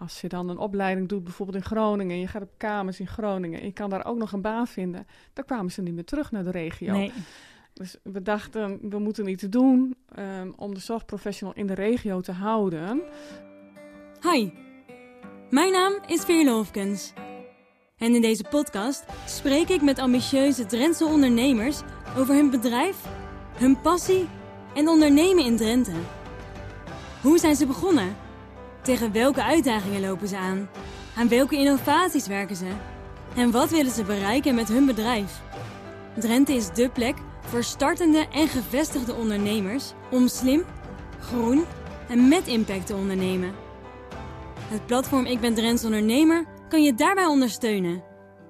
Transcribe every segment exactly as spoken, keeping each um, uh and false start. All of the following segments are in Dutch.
als je dan een opleiding doet, bijvoorbeeld in Groningen, en je gaat op kamers in Groningen en je kan daar ook nog een baan vinden, dan kwamen ze niet meer terug naar de regio. Nee. Dus we dachten, we moeten iets doen um, om de zorgprofessional in de regio te houden. Hi, mijn naam is Veerle Hofkens. En in deze podcast spreek ik met ambitieuze Drentse ondernemers over hun bedrijf, hun passie en ondernemen in Drenthe. Hoe zijn ze begonnen? Tegen welke uitdagingen lopen ze aan? Aan welke innovaties werken ze? En wat willen ze bereiken met hun bedrijf? Drenthe is dé plek voor startende en gevestigde ondernemers om slim, groen en met impact te ondernemen. Het platform Ik ben Drents Ondernemer kan je daarbij ondersteunen.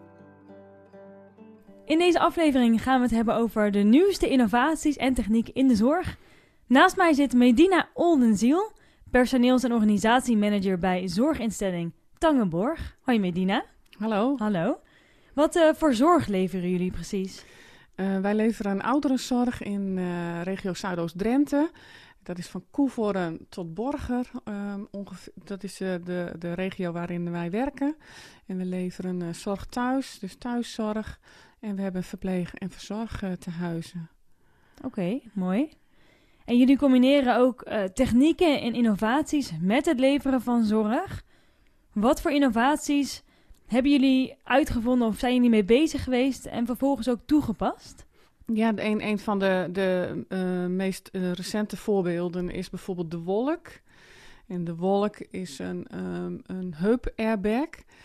In deze aflevering gaan we het hebben over de nieuwste innovaties en technieken in de zorg. Naast mij zit Medina Oldenziel, personeels- en organisatiemanager bij zorginstelling Tangenborg. Hoi Medina. Hallo. Hallo. Wat uh, voor zorg leveren jullie precies? Uh, wij leveren een ouderenzorg in uh, regio Zuidoost-Drenthe. Dat is van Koevoorden tot Borger. Um, ongeveer, dat is uh, de, de regio waarin wij werken. En we leveren uh, zorg thuis, dus thuiszorg. En we hebben verpleeg- en verzorgtehuizen. Oké, okay, mooi. En jullie combineren ook uh, technieken en innovaties met het leveren van zorg. Wat voor innovaties hebben jullie uitgevonden of zijn jullie mee bezig geweest en vervolgens ook toegepast? Ja, een, een van de, de uh, meest uh, recente voorbeelden is bijvoorbeeld de Wolk. En de Wolk is een, um, een heup-airbag.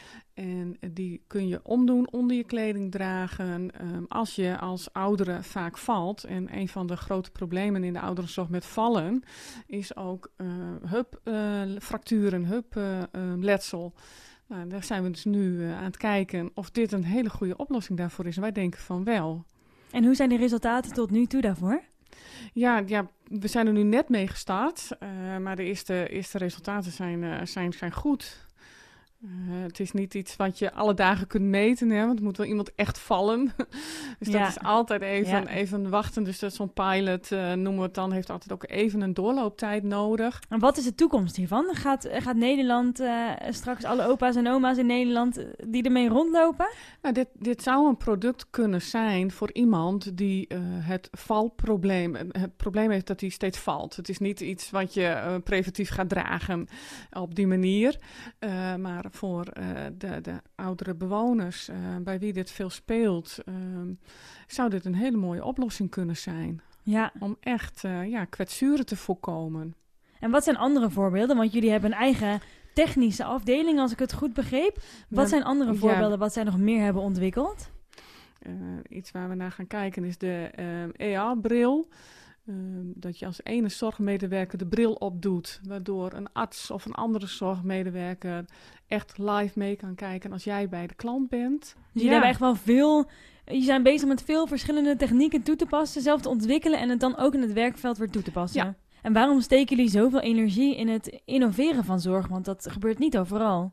En die kun je omdoen, onder je kleding dragen um, als je als oudere vaak valt. En een van de grote problemen in de ouderenzorg met vallen is ook uh, heupfracturen, uh, heupletsel. Uh, nou, daar zijn we dus nu uh, aan het kijken of dit een hele goede oplossing daarvoor is. En wij denken van wel. En hoe zijn de resultaten tot nu toe daarvoor? Ja, ja, we zijn er nu net mee gestart, uh, maar de eerste, eerste resultaten zijn, uh, zijn, zijn goed. Uh, het is niet iets wat je alle dagen kunt meten, hè, want het moet wel iemand echt vallen. Dus ja. dat is altijd even, ja. even wachten. Dus dat zo'n pilot, uh, noemen we het dan, heeft altijd ook even een doorlooptijd nodig. En wat is de toekomst hiervan? Gaat, gaat Nederland uh, straks alle opa's en oma's in Nederland uh, die ermee rondlopen? Nou, dit, dit zou een product kunnen zijn voor iemand die uh, het valprobleem, het probleem heeft dat hij steeds valt. Het is niet iets wat je uh, preventief gaat dragen op die manier, uh, maar voor uh, de, de oudere bewoners uh, bij wie dit veel speelt, uh, zou dit een hele mooie oplossing kunnen zijn. Ja. Om echt uh, ja, kwetsuren te voorkomen. En wat zijn andere voorbeelden? Want jullie hebben een eigen technische afdeling, als ik het goed begreep. Wat Maar, zijn andere voorbeelden ja, wat zij nog meer hebben ontwikkeld? Uh, iets waar we naar gaan kijken is de uh, E A-bril. Uh, dat je als ene zorgmedewerker de bril opdoet, waardoor een arts of een andere zorgmedewerker echt live mee kan kijken als jij bij de klant bent. Dus jullie ja. hebben echt wel veel, je zijn bezig met veel verschillende technieken toe te passen, zelf te ontwikkelen en het dan ook in het werkveld weer toe te passen. Ja. En waarom steken jullie zoveel energie in het innoveren van zorg? Want dat gebeurt niet overal.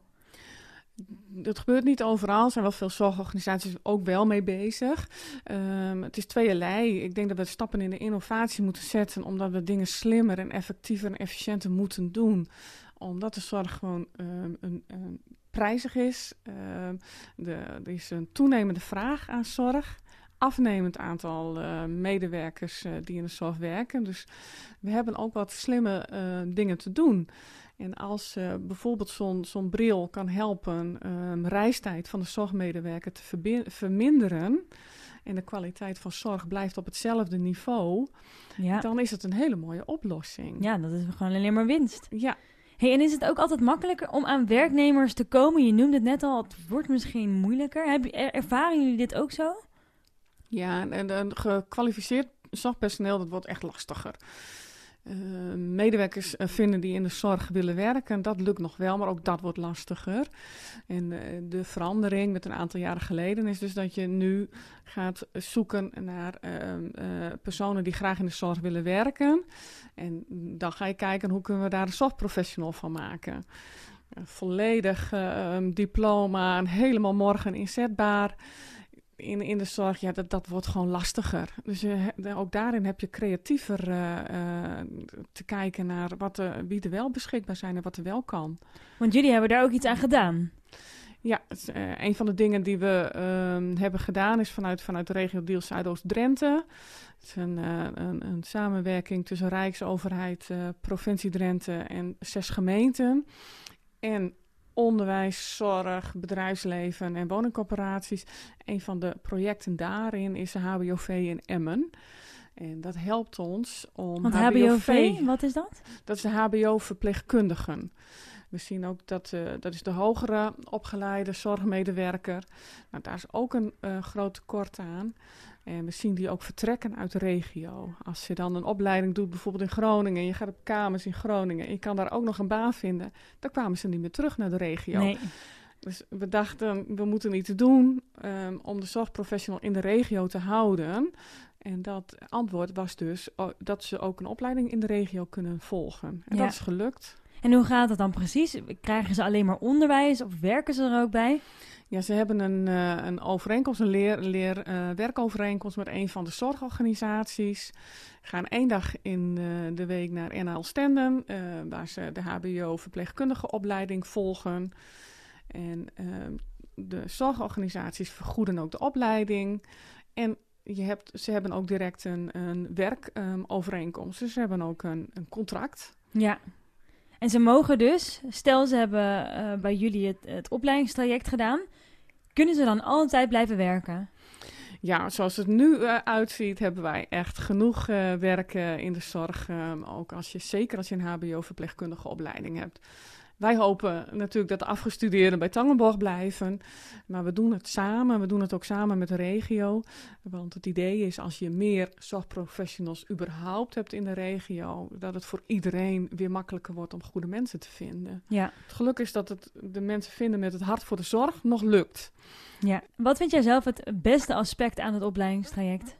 Dat gebeurt niet overal. Er zijn wel veel zorgorganisaties ook wel mee bezig. Um, het is tweeërlei. Ik denk dat we stappen in de innovatie moeten zetten, omdat we dingen slimmer en effectiever en efficiënter moeten doen. Omdat de zorg gewoon um, een, een prijzig is. Um, de, er is een toenemende vraag aan zorg. Afnemend aantal uh, medewerkers uh, die in de zorg werken. Dus we hebben ook wat slimme uh, dingen te doen. En als uh, bijvoorbeeld zo'n, zo'n bril kan helpen um, reistijd van de zorgmedewerker te verbi- verminderen en de kwaliteit van zorg blijft op hetzelfde niveau, ja. dan is het een hele mooie oplossing. Ja, dat is gewoon alleen maar winst. Ja. Hey, en is het ook altijd makkelijker om aan werknemers te komen? Je noemde het net al, het wordt misschien moeilijker. Heb je, ervaren jullie dit ook zo? Ja, en een gekwalificeerd zorgpersoneel, dat wordt echt lastiger. Uh, medewerkers uh, vinden die in de zorg willen werken, dat lukt nog wel, maar ook dat wordt lastiger. En uh, de verandering met een aantal jaren geleden is dus dat je nu gaat zoeken naar uh, uh, personen die graag in de zorg willen werken. En dan ga je kijken hoe kunnen we daar een zorgprofessional van maken. Uh, volledig uh, um, diploma, helemaal morgen inzetbaar. in, in de zorg, ja, dat, dat wordt gewoon lastiger. Dus uh, ook daarin heb je creatiever uh, uh, te kijken naar wat uh, wie er wel beschikbaar zijn en wat er wel kan. Want jullie hebben daar ook iets aan gedaan. Ja, uh, een van de dingen die we uh, hebben gedaan is vanuit, vanuit de regio Deel Zuidoost-Drenthe. Het is een, uh, een, een samenwerking tussen Rijksoverheid, uh, provincie Drenthe en zes gemeenten. En onderwijs, zorg, bedrijfsleven en woningcorporaties. Een van de projecten daarin is de H B O V in Emmen. En dat helpt ons om... Want H B O V, wat is dat? Dat is de H B O-verpleegkundigen. We zien ook dat, uh, dat is de hogere opgeleide zorgmedewerker. Nou, daar is ook een uh, groot tekort aan. En we zien die ook vertrekken uit de regio. Als je dan een opleiding doet, bijvoorbeeld in Groningen, je gaat op kamers in Groningen en je kan daar ook nog een baan vinden, dan kwamen ze niet meer terug naar de regio. Nee. Dus we dachten, we moeten iets doen um, om de zorgprofessional in de regio te houden. En dat antwoord was dus oh, dat ze ook een opleiding in de regio kunnen volgen. En ja. dat is gelukt. En hoe gaat dat dan precies? Krijgen ze alleen maar onderwijs of werken ze er ook bij? Ja, ze hebben een, uh, een overeenkomst, een leer, leer, uh, werkovereenkomst met een van de zorgorganisaties. Gaan één dag in uh, de week naar N L Stenden, uh, waar ze de H B O-verpleegkundige opleiding volgen. En uh, de zorgorganisaties vergoeden ook de opleiding. En je hebt, ze hebben ook direct een, een werkovereenkomst. Um, dus ze hebben ook een, een contract. Ja. En ze mogen dus, stel ze hebben uh, bij jullie het, het opleidingstraject gedaan, kunnen ze dan altijd blijven werken? Ja, zoals het nu uh, uitziet, hebben wij echt genoeg uh, werk uh, in de zorg. Um, ook als je, zeker als je een H B O-verpleegkundige opleiding hebt. Wij hopen natuurlijk dat de afgestudeerden bij Tangenborg blijven. Maar we doen het samen. We doen het ook samen met de regio. Want het idee is, als je meer zorgprofessionals überhaupt hebt in de regio, dat het voor iedereen weer makkelijker wordt om goede mensen te vinden. Ja. Het geluk is dat het de mensen vinden met het hart voor de zorg nog lukt. Ja. Wat vind jij zelf het beste aspect aan het opleidingstraject?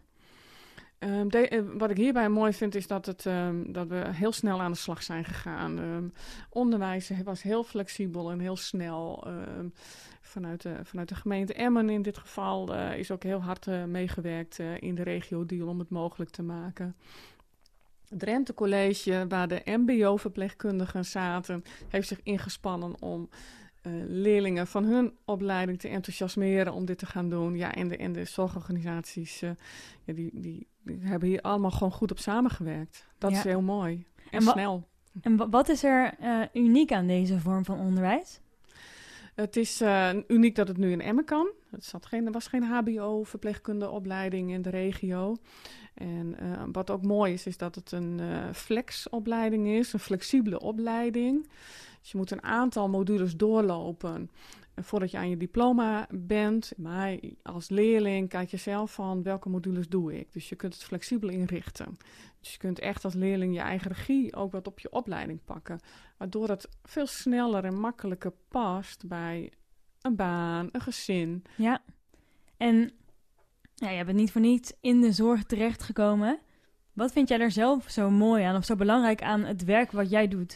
Um, de, uh, wat ik hierbij mooi vind is dat, het, um, dat we heel snel aan de slag zijn gegaan. Um, onderwijs was heel flexibel en heel snel. Um, vanuit, de, vanuit de gemeente Emmen in dit geval uh, is ook heel hard uh, meegewerkt uh, in de regio Deal om het mogelijk te maken. Het Drenthe College, waar de M B O-verpleegkundigen zaten, heeft zich ingespannen om Uh, leerlingen van hun opleiding te enthousiasmeren om dit te gaan doen. Ja, en de, en de zorgorganisaties, uh, ja, die, die, die hebben hier allemaal gewoon goed op samengewerkt. Dat ja. is heel mooi en, en wa- snel. En wat is er uh, uniek aan deze vorm van onderwijs? Het is uh, uniek dat het nu in Emmen kan. Het zat geen, er was geen H B O-verpleegkundeopleiding in de regio. En uh, wat ook mooi is, is dat het een uh, flexopleiding is, een flexibele opleiding. Dus je moet een aantal modules doorlopen voordat je aan je diploma bent. Maar als leerling kijk je zelf van welke modules doe ik. Dus je kunt het flexibel inrichten. Dus je kunt echt als leerling je eigen regie ook wat op je opleiding pakken. Waardoor het veel sneller en makkelijker past bij een baan, een gezin. Ja, en ja, je bent niet voor niets in de zorg terechtgekomen. Wat vind jij er zelf zo mooi aan of zo belangrijk aan het werk wat jij doet?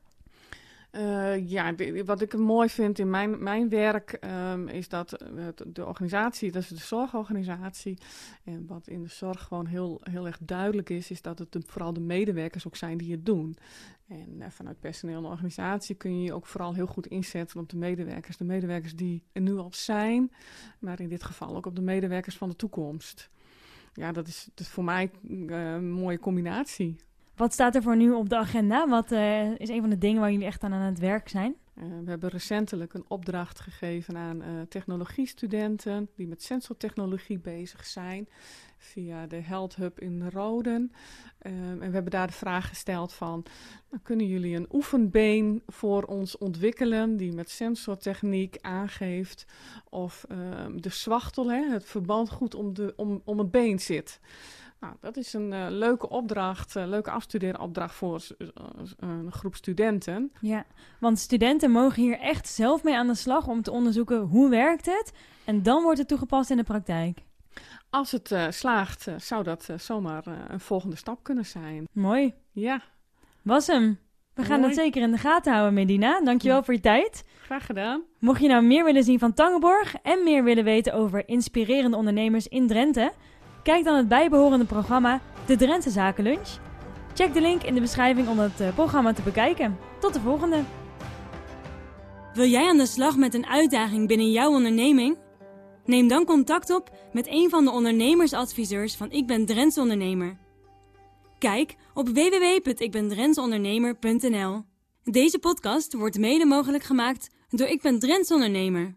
Uh, ja, de, wat ik mooi vind in mijn, mijn werk um, is dat uh, de organisatie, dat is de zorgorganisatie. En wat in de zorg gewoon heel, heel erg duidelijk is, is dat het de, vooral de medewerkers ook zijn die het doen. En uh, vanuit personeel en organisatie kun je je ook vooral heel goed inzetten op de medewerkers. De medewerkers die er nu al zijn, maar in dit geval ook op de medewerkers van de toekomst. Ja, dat is, dat is voor mij uh, een mooie combinatie. Wat staat er voor nu op de agenda? Wat uh, is een van de dingen waar jullie echt aan aan het werk zijn? Uh, we hebben recentelijk een opdracht gegeven aan uh, technologiestudenten die met sensortechnologie bezig zijn via de Health Hub in Roden. Uh, en we hebben daar de vraag gesteld van, nou, kunnen jullie een oefenbeen voor ons ontwikkelen die met sensortechniek aangeeft of uh, de zwachtel, hè, het verband goed om, de, om, om het been zit. Nou, dat is een uh, leuke opdracht, een uh, leuke afstudeeropdracht voor uh, een groep studenten. Ja, want studenten mogen hier echt zelf mee aan de slag om te onderzoeken hoe werkt het en dan wordt het toegepast in de praktijk. Als het uh, slaagt, uh, zou dat uh, zomaar uh, een volgende stap kunnen zijn. Mooi. Ja. Was hem. We gaan Mooi. dat zeker in de gaten houden, Medina. Dankjewel voor je tijd. Graag gedaan. Mocht je nou meer willen zien van Tangenborg en meer willen weten over inspirerende ondernemers in Drenthe, kijk dan het bijbehorende programma De Drentse Zakenlunch. Check de link in de beschrijving om het uh, programma te bekijken. Tot de volgende. Wil jij aan de slag met een uitdaging binnen jouw onderneming? Neem dan contact op met een van de ondernemersadviseurs van Ik Ben Drentse Ondernemer. Kijk op w w w punt ik ben drentse ondernemer punt n l. Deze podcast wordt mede mogelijk gemaakt door Ik Ben Drentse Ondernemer.